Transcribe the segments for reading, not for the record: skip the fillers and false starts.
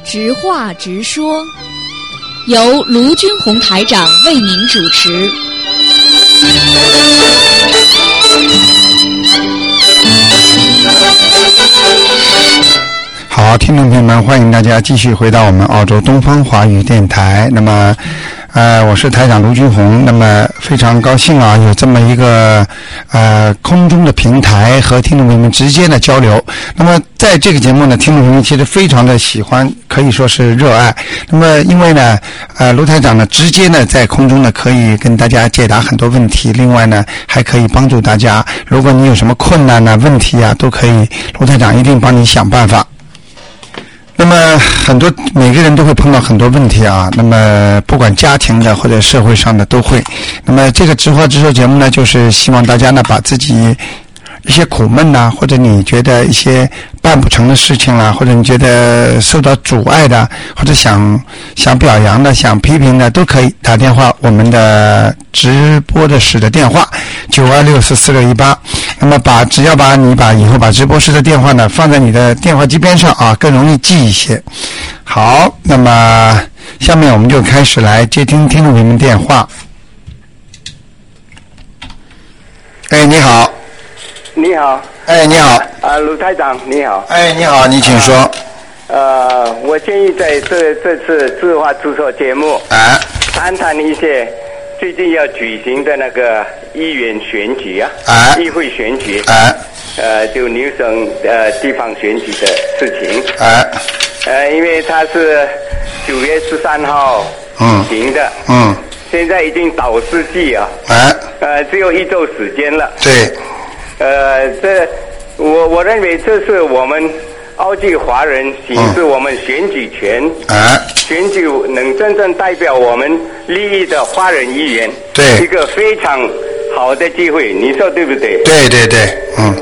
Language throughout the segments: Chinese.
直话直说，由卢军红台长为您主持。 好，听众朋友们，欢迎大家继续回到我们澳洲东方华语电台。那么我是台长卢军红。那么非常高兴啊，有这么一个空中的平台和听众朋友们直接的交流。那么在这个节目呢，听众朋友们其实非常的喜欢，可以说是热爱。那么因为呢卢台长呢直接呢在空中呢可以跟大家解答很多问题，另外呢还可以帮助大家，如果你有什么困难呢问题啊，都可以卢台长一定帮你想办法。那么每个人都会碰到很多问题啊，那么不管家庭的或者社会上的都会。那么这个直话直说节目呢，就是希望大家呢把自己一些苦闷呐，或者你觉得一些办不成的事情啦，或者你觉得受到阻碍的，或者想表扬的，想批评的，都可以打电话我们的直播的室的电话92644618。那么只要以后把直播室的电话呢放在你的电话机边上啊，更容易记一些。好，那么下面我们就开始来接听众朋友们电话。哎，你好。 你好。 哎，你好。 卢台长，你好。 哎，你好，你请说。 我建议在这次直话直说节目，谈谈一些最近要举行的那个议员选举议会选举，就纽省地方选举的事情。因为它是9月13号举行的。现在已经倒4季只有1周时间了。 对。 我认为这是我们澳际华人行使我们选举权，选举能真正代表我们利益的华人议员， 对， 一个非常好的机会，你说对不对？ 对对对。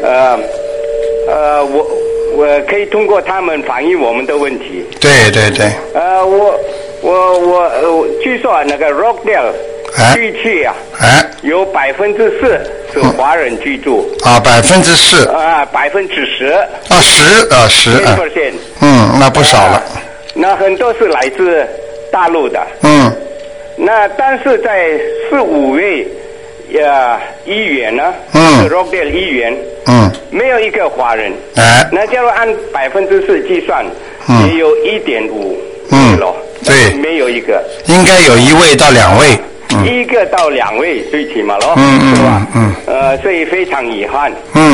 我可以通过他们反映我们的问题。 对对对。 我据说那个 Rockdale 区有4%是华人居住。 4%。 10%。 10%。那不少了。 那很多是来自大陆的。那但是在4、5位议员呢，Rockdale 议员，没有一个华人。那假如按4%计算，也有1.5位了。 对， 没有一个。应该有1位到2位。1个到2位最起码咯，是吧？所以非常遗憾。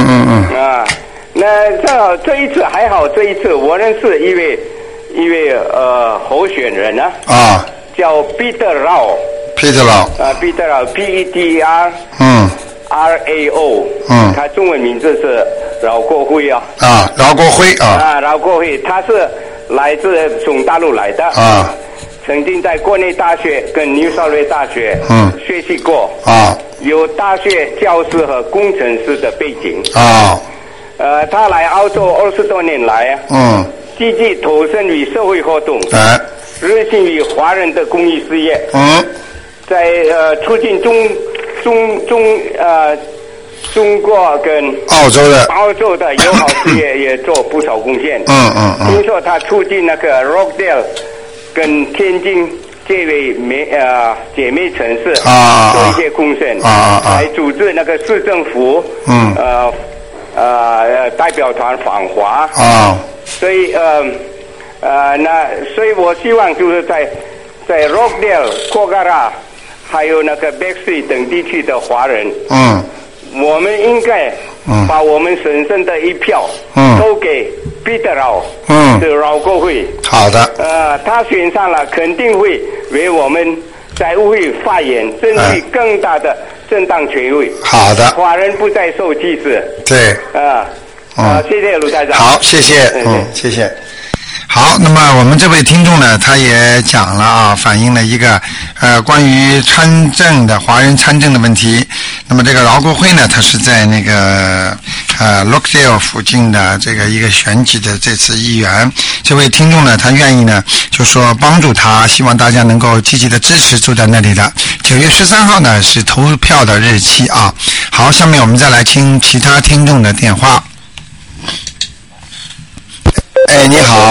那这一次还好，这一次我认识一位候选人呢，叫 Peter Rao。Peter Rao PETER RAO。他中文名字是饶国辉饶国辉饶国辉，他是来自从大陆来的曾经在国内大学跟New South Wales大学学习过有大学教师和工程师的背景他来澳洲20多年来积极投身于社会活动热心于华人的公益事业在促进中国跟澳洲的友好事业也做不少贡献听说他促进那个 Rockdale 跟天津这位姐妹城市做一些贡献来组织那个市政府代表团访华所以所以我希望就是在 Rockdale、Kogarah 还有那个 Bexley 等地区的华人我们应该把我们神圣的一票都给 Peter Rao 的饶国辉。 好的。 他选上了，肯定会为我们在议会发言，争取更大的正当权威。 好的。 华人不再受歧视。 对。 谢谢卢台长。 好，谢谢。谢谢。好，那么我们这位听众呢，他也讲了反映了一个关于参政的华人参政的问题。那么这个饶国辉呢，他是在那个Rockdale 附近的这个一个选举的这次议员。这位听众呢，他愿意呢，就说帮助他，希望大家能够积极的支持住在那里的。9月13号呢是投票的日期啊。好，下面我们再来听其他听众的电话。哎，你好。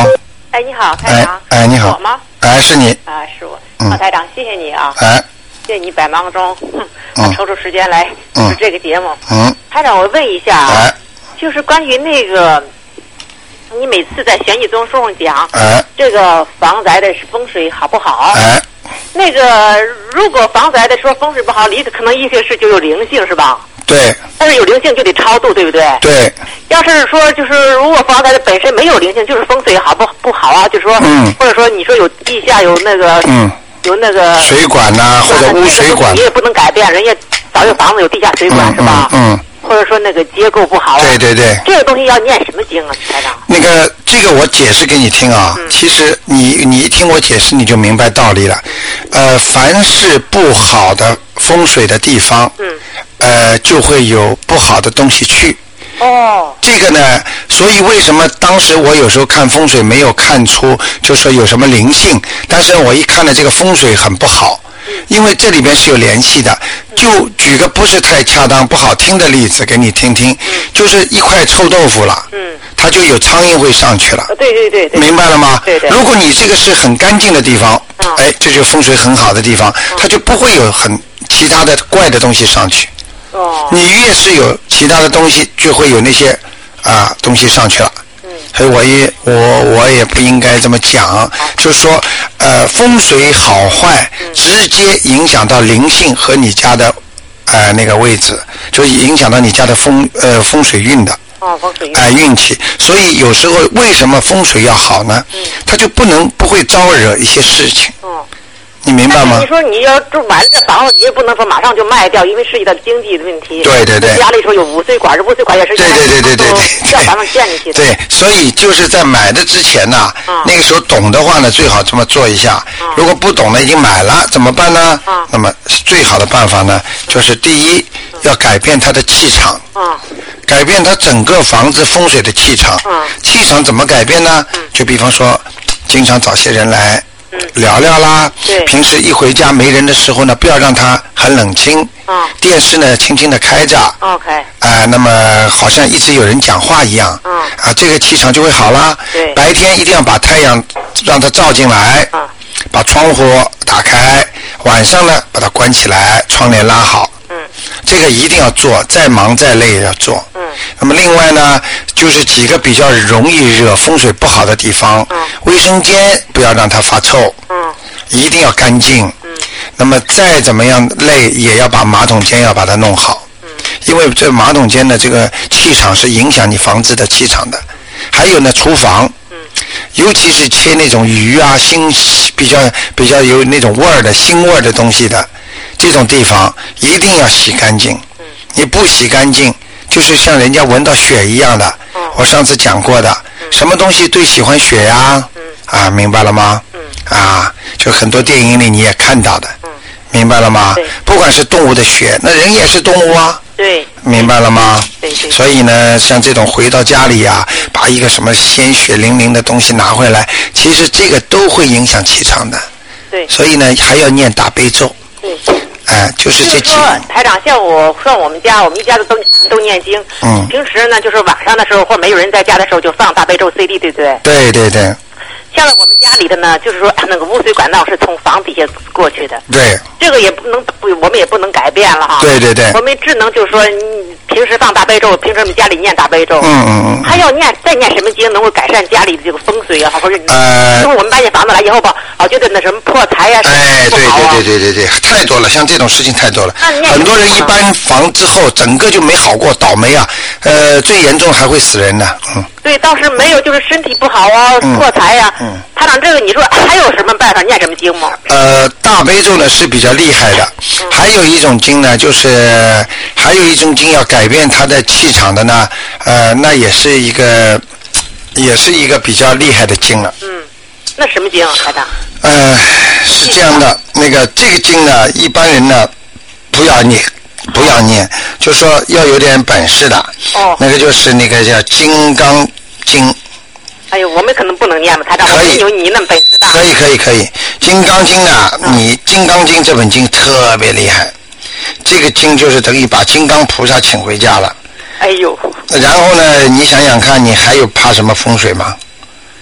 哎，你好，台长。 哎，你好。 我吗？ 哎，是你。 啊，是我。台长，谢谢你啊。 哎。 谢谢你百忙中抽出时间来主持这个节目。台长，我问一下啊，就是关于那个，你每次在悬疑综述上讲，这个房宅的风水好不好？那个如果房宅的说风水不好，可能意思是就有灵性是吧？ 对。 但是有灵性就得超度，对不对？ 对。 要是说就是如果房宅的本身没有灵性，就是风水好不好啊？就是说，或者说你说有地下有那个，有那个水管呐，或者污水管， 你也不能改变，人家早有房子有地下水管是吧？或者说那个结构不好啊。 对对对。 这个东西要念什么经啊，台长？ 这个我解释给你听啊。其实你一听我解释你就明白道理了。凡是不好的风水的地方，就会有不好的东西去。这个呢，所以为什么当时我有时候看风水没有看出就说有什么灵性，但是我一看呢这个风水很不好，因为这里边是有联系的。就举个不是太恰当不好听的例子给你听听，就是一块臭豆腐了，它就有苍蝇会上去了。 对对对对。 明白了吗？ 对对。 如果你这个是很干净的地方，这就风水很好的地方，它就不会有其他的怪的东西上去。你越是有其他的东西，就会有那些东西上去了。所以我也不应该这么讲，就是说风水好坏直接影响到灵性和你家的那个位置，就影响到你家的风水运的。 风水运。 运气。所以有时候为什么风水要好呢？它就不会招惹一些事情。你明白吗？ 你说你要住完这房子，你也不能说马上就卖掉，因为涉及到经济的问题。 对对对。 家里说有污水管，这污水管也是要咱们建进去的。 对，所以就是在买的之前呢，那个时候懂的话呢，最好这么做一下。如果不懂的已经买了，怎么办呢？那么最好的办法呢，就是第一要改变它的气场。改变它整个房子风水的气场。气场怎么改变呢？就比方说，经常找些人来。聊聊啦，平时一回家没人的时候呢，不要让它很冷清。电视呢轻轻的开着。那么好像一直有人讲话一样。这个气场就会好啦。白天一定要把太阳让它照进来。把窗户打开，晚上呢把它关起来，窗帘拉好。这个一定要做，再忙再累也要做。那么另外呢，就是几个比较容易惹风水不好的地方，卫生间不要让它发臭，一定要干净。那么再怎么样累，也要把马桶间要把它弄好，因为这马桶间的这个气场是影响你房子的气场的。还有呢，厨房，尤其是切那种鱼啊、比较有那种味儿的腥味儿的东西的这种地方，一定要洗干净。你不洗干净，就是像人家闻到血一样的。我上次讲过的，什么东西最喜欢血呀？明白了吗？就很多电影里你也看到的，明白了吗？不管是动物的血，那人也是动物啊。 对。 明白了吗？所以呢，像这种回到家里呀，把一个什么鲜血淋淋的东西拿回来，其实这个都会影响气场的。 对。 所以呢，还要念大悲咒。就是这几。 台长，像我们家一家子都念经。平时呢，就是晚上的时候或没有人在家的时候，就放大悲咒 CD， 对不对？ 对对对。 像我们家里的呢，就是说那个污水管道是从房底下过去的。 对。 这个我们也不能改变了哈。 对对对。 我们只能就是说，平时放大悲咒，平时我们家里念大悲咒。还要再念什么经能够改善家里的这个风水啊？或者因为我们搬进房子来以后吧，老觉得那什么破财呀， 对，太多了，像这种事情太多了。很多人一搬房之后，整个就没好过，倒霉啊！最严重还会死人呢。 对，倒是没有，就是身体不好啊，破财呀。台长，这个你说还有什么办法念什么经吗？ 大悲咒呢是比较厉害的，还有一种经呢，就是还有一种经要改变它的气场的呢，那也是一个比较厉害的经了。 那什么经啊，台长？ 是这样的，这个经呢，一般人呢不要念，就说要有点本事的。那个就是那个叫金刚经。 哎呦，我们可能不能念嘛，台长。 可以， 有你那么本事大。 可以。金刚经呢，金刚经这本经特别厉害，这个经就是等于把金刚菩萨请回家了。 哎呦。 然后呢，你想想看，你还有怕什么风水吗？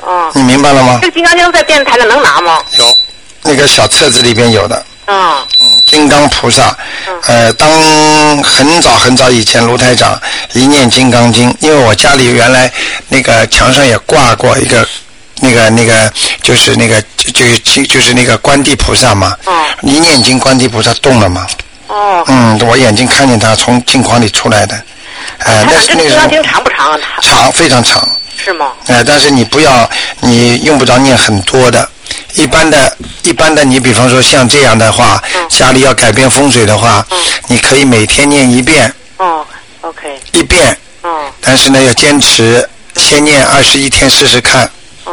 哦。 你明白了吗？ 这个金刚经在电视台上能拿吗？ 有，那个小册子里边有的。金刚菩萨，当很早以前，卢台长一念金刚经，因为我家里原来那个墙上也挂过一个，那个就是那个就是那个观地菩萨嘛，一念经观地菩萨动了嘛，我眼睛看见他从镜框里出来的， 但是那个金刚经长不长啊？ 长，非常长。 是吗？ 但是你用不着念很多的。一般的，你比方说像这样的话，家里要改变风水的话，你可以每天念1遍。 OK。 1遍。但是呢，要坚持，先念21天试试看。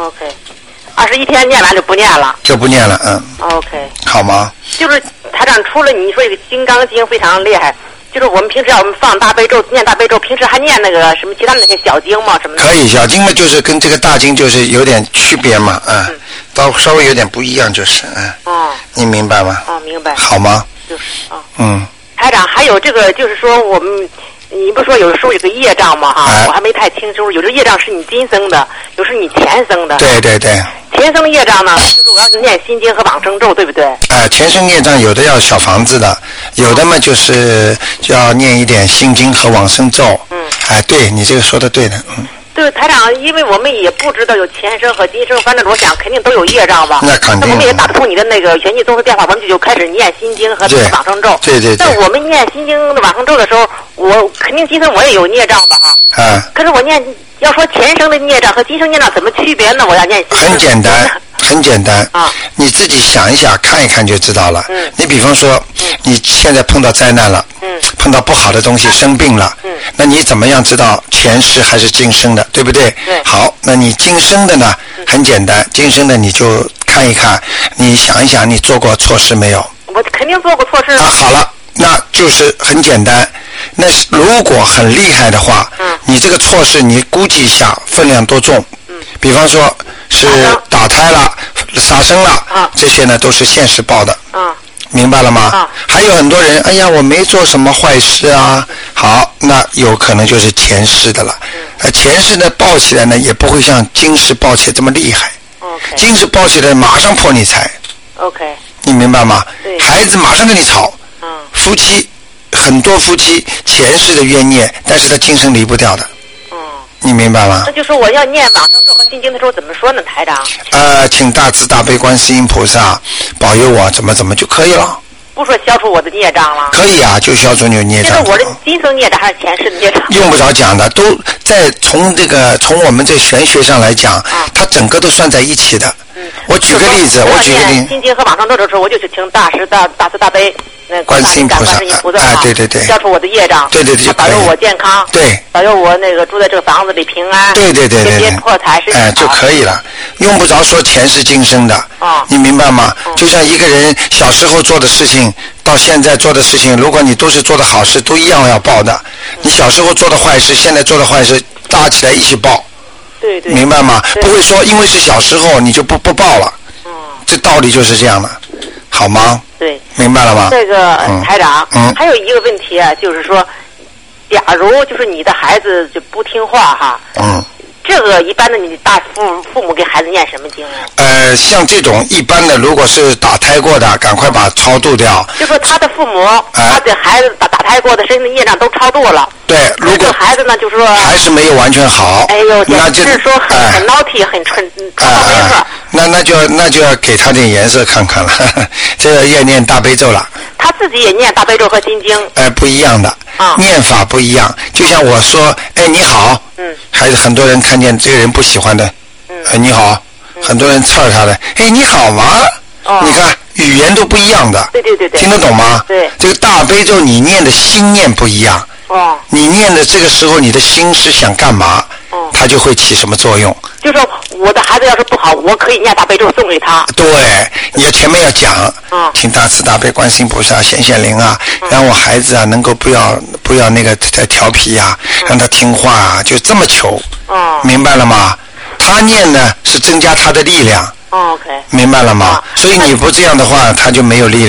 OK。21天念完就不念了。 就不念了 OK。 好吗？ 就是台长，除了你说这个金刚经非常厉害，就是我们平时要放大悲咒，念大悲咒，平时还念那个什么其他的那些小经吗？什么的？ 可以，小经嘛，就是跟这个大经就是有点区别嘛，倒稍微有点不一样，就是你明白吗？ 明白。 好吗？ 就是台长，还有这个就是说我们，你不是说有的时候有个业障吗？我还没太清楚，有的业障是你今生的，有时你前生的。 对。 前生的业障呢，就是我要念心经和往生咒，对不对？ 前生业障有的要小房子的，有的嘛就是要念一点心经和往生咒。对，你这个说的对的。 对，台长，因为我们也不知道有前生和今生，反正我想肯定都有业障吧。 那肯定。 我们也打不通你的那个玄机综合电话，我们就开始念心经和往生咒。 对。 但我们念心经的往生咒的时候，我肯定今生我也有孽障吧可是我念，要说前生的孽障和今生孽障怎么区别呢？我要念心经。 很简单你自己想一想，看一看就知道了。你比方说，你现在碰到灾难了，碰到不好的东西，生病了，那你怎么样知道前世还是今生的，对不对？好，那你今生的呢？很简单，今生的你就看一看，你想一想，你做过错事没有？ 我肯定做过错事。 好了，那就是很简单。那如果很厉害的话，你这个错事你估计一下分量多重？比方说是打胎了、杀生了，这些呢都是现实报的。明白了吗？还有很多人，哎呀，我没做什么坏事啊。好，那有可能就是前世的了。前世呢报起来呢，也不会像今世报起来这么厉害。今世报起来马上破你财。你明白吗？孩子马上跟你吵。夫妻很多夫妻前世的冤孽，但是他今生离不掉的。你明白吗？ 那就说我要念往生咒和心经的时候怎么说呢，台长？ 请大慈大悲观世音菩萨保佑我，怎么就可以了。 不说消除我的孽障了？ 可以啊，就消除你的孽障。 这是我的今生孽障还是前世的孽障？ 用不着讲的，都在从我们这玄学上来讲，它整个都算在一起的。我举个例子， 心经和往生咒的时候，我就去请大慈大悲观世音菩萨，对， 消除我的业障， 对， 保佑我健康， 对， 保佑我那个住在这个房子里平安， 对， 别破财就可以了，用不着说前世今生的，你明白吗？就像一个人小时候做的事情，到现在做的事情，如果你都是做的好事，都一样要报的。你小时候做的坏事，现在做的坏事，搭起来一起报。 对， 明白吗？不会说因为是小时候你就不报了。这道理就是这样的，好吗？ 对， 明白了吗？ 这个台长，还有一个问题啊，就是说，假如就是你的孩子就不听话哈，这个一般的你父母给孩子念什么经啊？ 像这种一般的，如果是打胎过的，赶快把超度掉。 就说他的父母，他给孩子打胎过的身上的业障都超度了。 对，如果孩子呢，就是说还是没有完全好， 那就是说很naughty，很蠢，没错。 那就要给他点颜色看看了，这个要念大悲咒了。 他自己也念大悲咒和心经。 不一样的，念法不一样。就像我说，你好，还是很多人看见这个人不喜欢的，你好，很多人刺他的，你好吗？你看语言都不一样的， 对， 听得懂吗？ 对， 这个大悲咒你念的心念不一样，你念的这个时候你的心是想干嘛？它就会起什么作用？ 就说我的孩子要是不好，我可以念大悲咒送给他。 对，你要前面要讲，请大慈大悲观世音菩萨显灵啊，让我孩子啊能够不要那个太调皮啊，让他听话啊，就这么求。明白了吗？他念呢是增加他的力量。 OK。 明白了吗？所以你不这样的话，他就没有力量。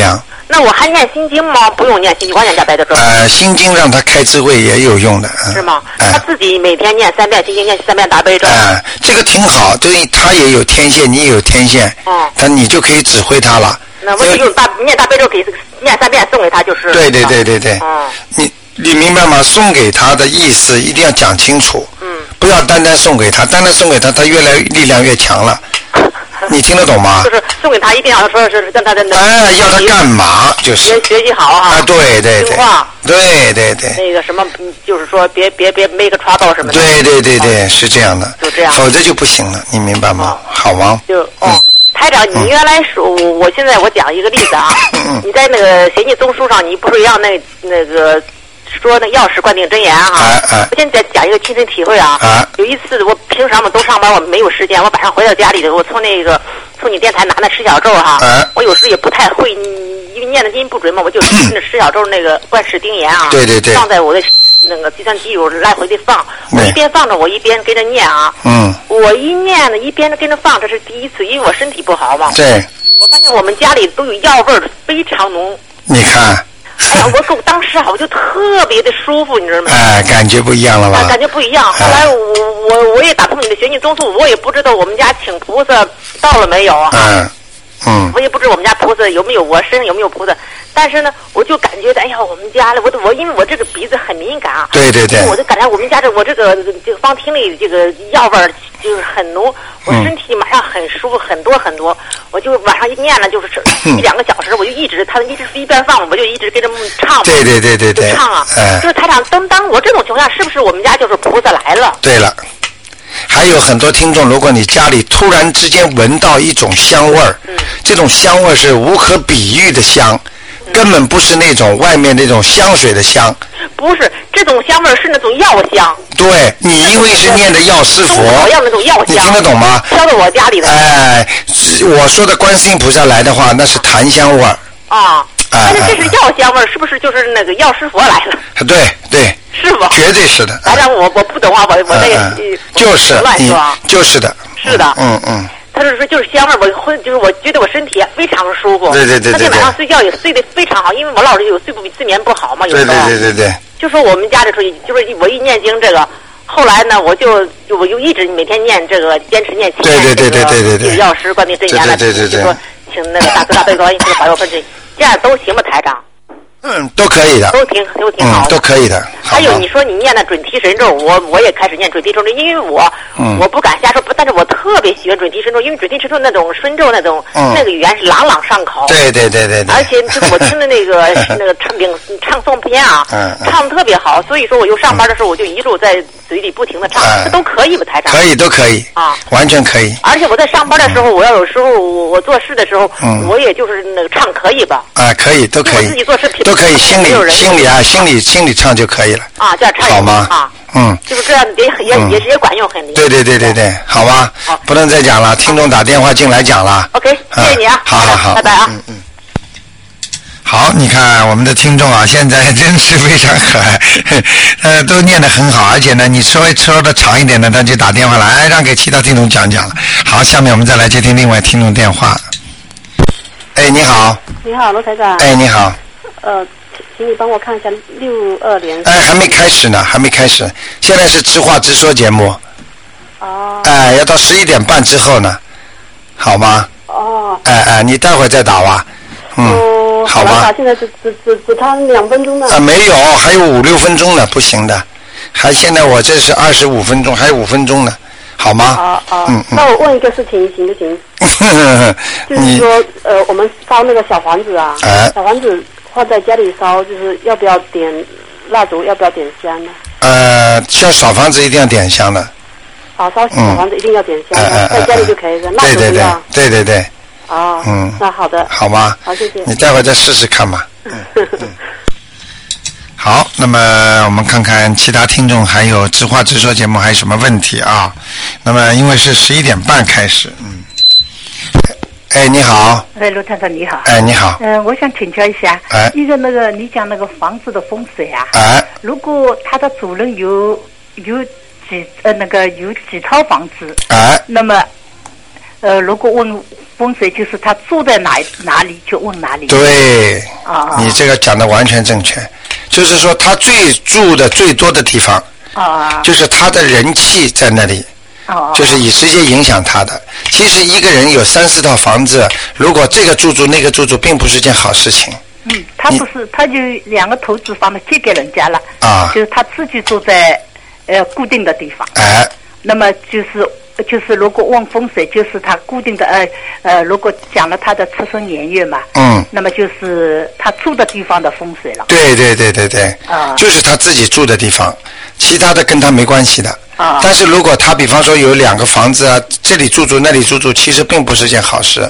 那我还念心经吗？不用念心经，光念加白的咒。 心经让他开智慧也有用的。 是吗？他自己每天念3遍心经，念3遍大悲咒。 这个挺好，对，他也有天线，你也有天线。你就可以指挥他了。 那我就用念大悲咒给念3遍送给他就是。 对。你明白吗？送给他的意思一定要讲清楚。不要单单送给他，单单送给他，他越来力量越强了。你听得懂吗？ 就是送给他，一定要说是让他的要他干嘛？就是学习好啊。 对。 听话。 对。 那个什么，就是说别 make trouble 什么的。 对，是这样的。 就这样。 否则就不行了，你明白吗？好吗？ 台长，你原来说，我现在我讲一个例子啊。你在那个《贤经宗书》上，你不是让那个。说那药师灌顶真言啊！我现在讲一个亲身体会啊！有一次我平常嘛都上班，我没有时间，我晚上回到家里的，我从你电台拿那10小咒哈，我有时也不太会，因为念的音不准嘛，我就那10小咒那个观世丁言啊， 对， 放在我的那个计算机有来回的放，我一边放着我一边跟着念啊。我一念呢一边跟着放，这是第一次，因为我身体不好嘛。 对。 我发现我们家里都有药味儿，非常浓。 你看。 哎呀，我当时我就特别的舒服，你知道吗？ 感觉不一样了吧？ 感觉不一样。后来我也打通你的玄经宗术，我也不知道我们家请菩萨到了没有啊。我也不知道我们家菩萨有没有，我身上有没有菩萨。但是呢，我就感觉哎呀，我们家我因为我这个鼻子很敏感啊。对。我就感觉我们家这个方厅里这个药味儿就是很浓，我身体马上很舒服很多。我就晚上一念了，就是1-2个小时，我就一直一边放，我就一直跟着唱。对。就唱啊。就是台长，当我这种情况下，是不是我们家就是菩萨来了？ 对了。还有很多听众，如果你家里突然之间闻到一种香味儿，这种香味儿是无可比喻的香，根本不是那种外面那种香水的香。 不是，这种香味儿是那种药香。 对，你因为是念的药师佛， 要那种药香， 你听得懂吗？ 飘到我家里的。 我说的观世音菩萨来的话，那是檀香味儿。 但是这是药香味儿，是不是就是那个药师佛来了？ 对。是吗？ 绝对是的。 反正我不懂啊，我这个就是乱说啊。 就是的。 是的。他是说就是香味儿，我觉得我身体非常舒服。对。那天晚上睡觉也睡得非常好，因为我老是有睡眠不好嘛，有时候。对。就说我们家就是我一念经这个，后来呢我就一直每天念这个，坚持念7遍这个药师灌顶真言了，就说请那个大悲观音菩萨保佑分身，这样都行吗，台长？ 都可以的， 都挺好的， 都可以的。 还有你说你念的准提神咒，我也开始念准提神咒，因为我不敢瞎说，但是我特别喜欢准提神咒，因为准提神咒那种顺咒那种那个语言是朗朗上口。对。而且就是我听的那个唱诵片啊，唱的特别好，所以说我又上班的时候我就一路在嘴里不停的唱，这都可以吧，台长？ 都可以啊，完全可以。 而且我在上班的时候，我要有时候我做事的时候，我也就是那个唱可以吧？ 可以，都可以。 我自己做事都可以，心里唱就可以了。 这样唱好吗？ 就是这样，也管用很。 对，好吧。不能再讲了，听众打电话进来讲了。 OK， 谢谢你啊。 好， 拜拜啊。 好，你看我们的听众啊，现在真是非常可爱，都念得很好，而且呢，你稍微说的长一点的，他就打电话来，让给其他听众讲了。好，下面我们再来接听另外听众电话。你好。 你好，罗台长。 你好。 请你帮我看一下62年。 还没开始呢，现在是直话直说节目。要到11点半之后呢，好吗？你待会儿再打吧。好吧。 现在只差2分钟了。 没有，还有5-6分钟呢，不行的。现在我这是25分钟，还有5分钟呢，好吗？ 那我问一个事情行不行？就是说我们烧那个小房子啊，小房子放在家里烧，就是要不要点蜡烛，要不要点香呢？ 像小房子一定要点香的。 烧小房子一定要点香的，在家里就可以了，蜡烛不要。 对。 那好的。 好吗？ 好，谢谢。 你待会儿再试试看吧。好，那么我们看看其他听众还有直话直说节目还有什么问题啊？那么因为是11点半开始，你好。 罗探长你好。 你好。 我想请教一下，一个那个你讲那个房子的风水啊，如果他的主人有几套房子，那么如果问风水就是他住在哪里就问哪里。 对，你这个讲的完全正确，就是说他住的最多的地方，就是他的人气在那里，就是直接影响他的。其实一个人有3-4套房子，如果这个住那个住，并不是件好事情。 他不是，他就2个投资房子借给人家了，就是他自己住在固定的地方。那么就是如果问风水，就是他固定的如果讲了他的出生年月嘛，那么就是他住的地方的风水了。 对，就是他自己住的地方，其他的跟他没关系的。但是如果他比方说有2个房子啊，这里住那里住，其实并不是件好事。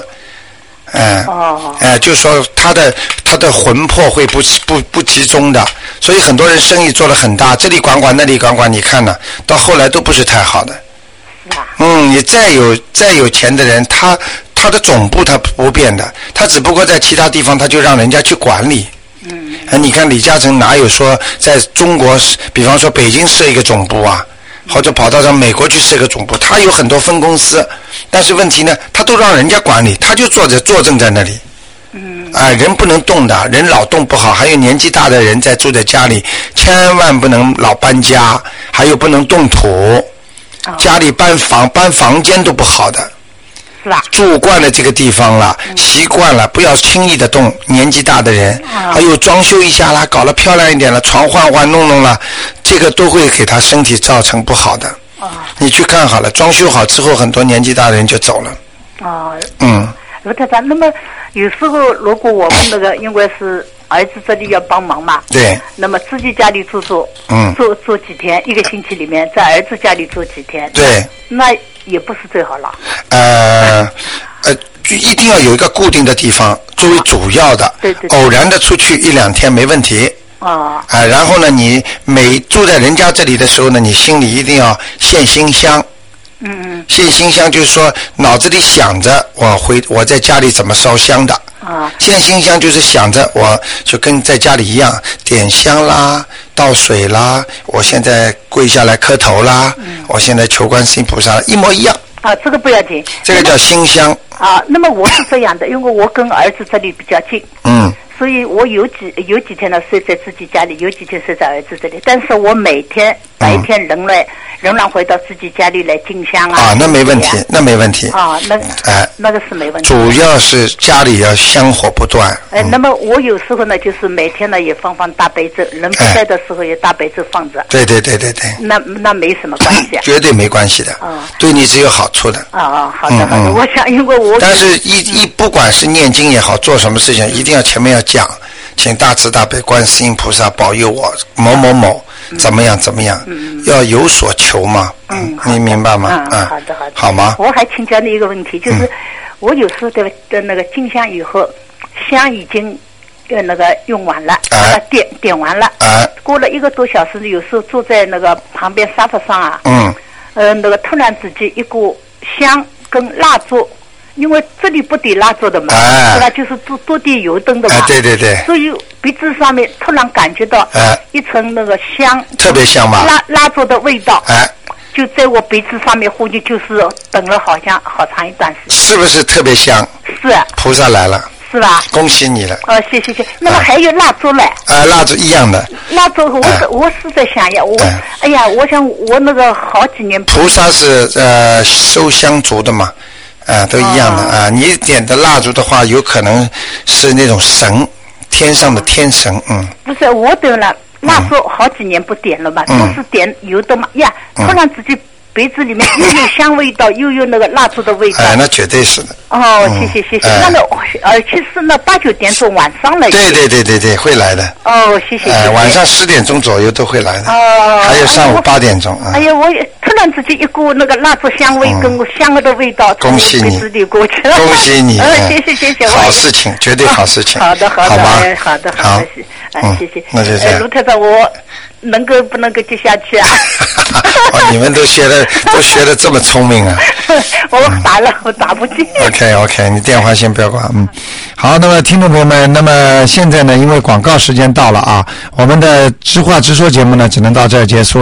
就是说他的魂魄会不集中的，所以很多人生意做得很大，这里管那里管，你看呢，到后来都不是太好的。你再有钱的人，他的总部他不变的，他只不过在其他地方他就让人家去管理。你看李嘉诚哪有说在中国，比方说北京设一个总部啊，或者跑到美国去设个总部，他有很多分公司，但是问题呢，他都让人家管理，他就坐镇在那里。人不能动的，人老动不好，还有年纪大的人住在家里，千万不能老搬家，还有不能动土，家里搬房间都不好的。 是吧？ 住惯了这个地方了，习惯了，不要轻易的动。年纪大的人，还有装修一下啦，搞得漂亮一点了，床换弄了，这个都会给他身体造成不好的。你去看好了，装修好之后，很多年纪大的人就走了。 卢台长，那么有时候如果我们那个因为是儿子这里要帮忙嘛， 对， 那么自己家里住几天，1个星期里面在儿子家里住几天， 对， 那也不是最好了。 一定要有一个固定的地方作为主要的， 对， 偶然的出去1-2天没问题。然后呢，你每住在人家这里的时候呢，你心里一定要献心香。献心香就是说脑子里想着我在家里怎么烧香的。献心香就是想着我就跟在家里一样，点香啦，倒水啦，我现在跪下来磕头啦，我现在求观世音菩萨一模一样。 这个不要紧， 这个叫心香。 那么我是这样的，因为我跟儿子这里比较近。所以我有几天呢睡在自己家里，有几天睡在儿子这里，但是我每天白天仍然回到自己家里来敬香那没问题，那没问题。 那个是没问题。 主要是家里要香火不断。 那么我有时候呢，就是每天呢也放大悲咒，人不在的时候也大悲咒放着。 对。 那没什么关系。 绝对没关系的。对你只有好处的。 好的。我想，因为我。 但是不管是念经也好，做什么事情，一定要前面要讲，请大慈大悲观世音菩萨保佑我某某某怎么样，要有所求嘛。你明白吗？ 好的。 好吗？ 我还请教你一个问题，就是我有时候的那个敬香以后，香已经那个用完了，点完了，过了1个多小时，有时候坐在那个旁边沙发上那个突然之间一股香跟蜡烛。因为这里不点蜡烛的嘛，是吧？就是多点油灯的嘛。 对。 所以鼻子上面突然感觉到一层那个香， 特别香嘛。 蜡烛的味道，就在我鼻子上面呼吸，就是等了好长一段时间。 是不是特别香？ 是。 菩萨来了。 是吧？ 恭喜你了。 谢谢。那么还有蜡烛嘞？ 蜡烛一样的。 蜡烛，我是在想呀，我想我那个好几年。 菩萨是收香烛的嘛。都一样的你点的蜡烛的话，有可能是那种神，天上的天神。 不是，我点了蜡烛好几年不点了嘛，都是点油的嘛。突然之间鼻子里面又有香味道，又有那个蜡烛的味道。 那绝对是的。 谢谢。那个而且是那8、9点钟晚上了。 对，会来的。 谢谢。 晚上10点钟左右都会来的。还有上午8点钟。 我突然之间一股那个蜡烛香味跟香的味道从鼻子里过去了。 恭喜你。 谢谢。 好事情，绝对好事情。 好的。 好吗？ 好的。谢谢。 那就这样。 卢台长，我不能够接下去啊？ 你们都学得这么聪明啊！ 我打不进。 OK， 你电话先不要挂。好，那么听众朋友们，那么现在呢，因为广告时间到了我们的直话直说节目呢，只能到这儿结束。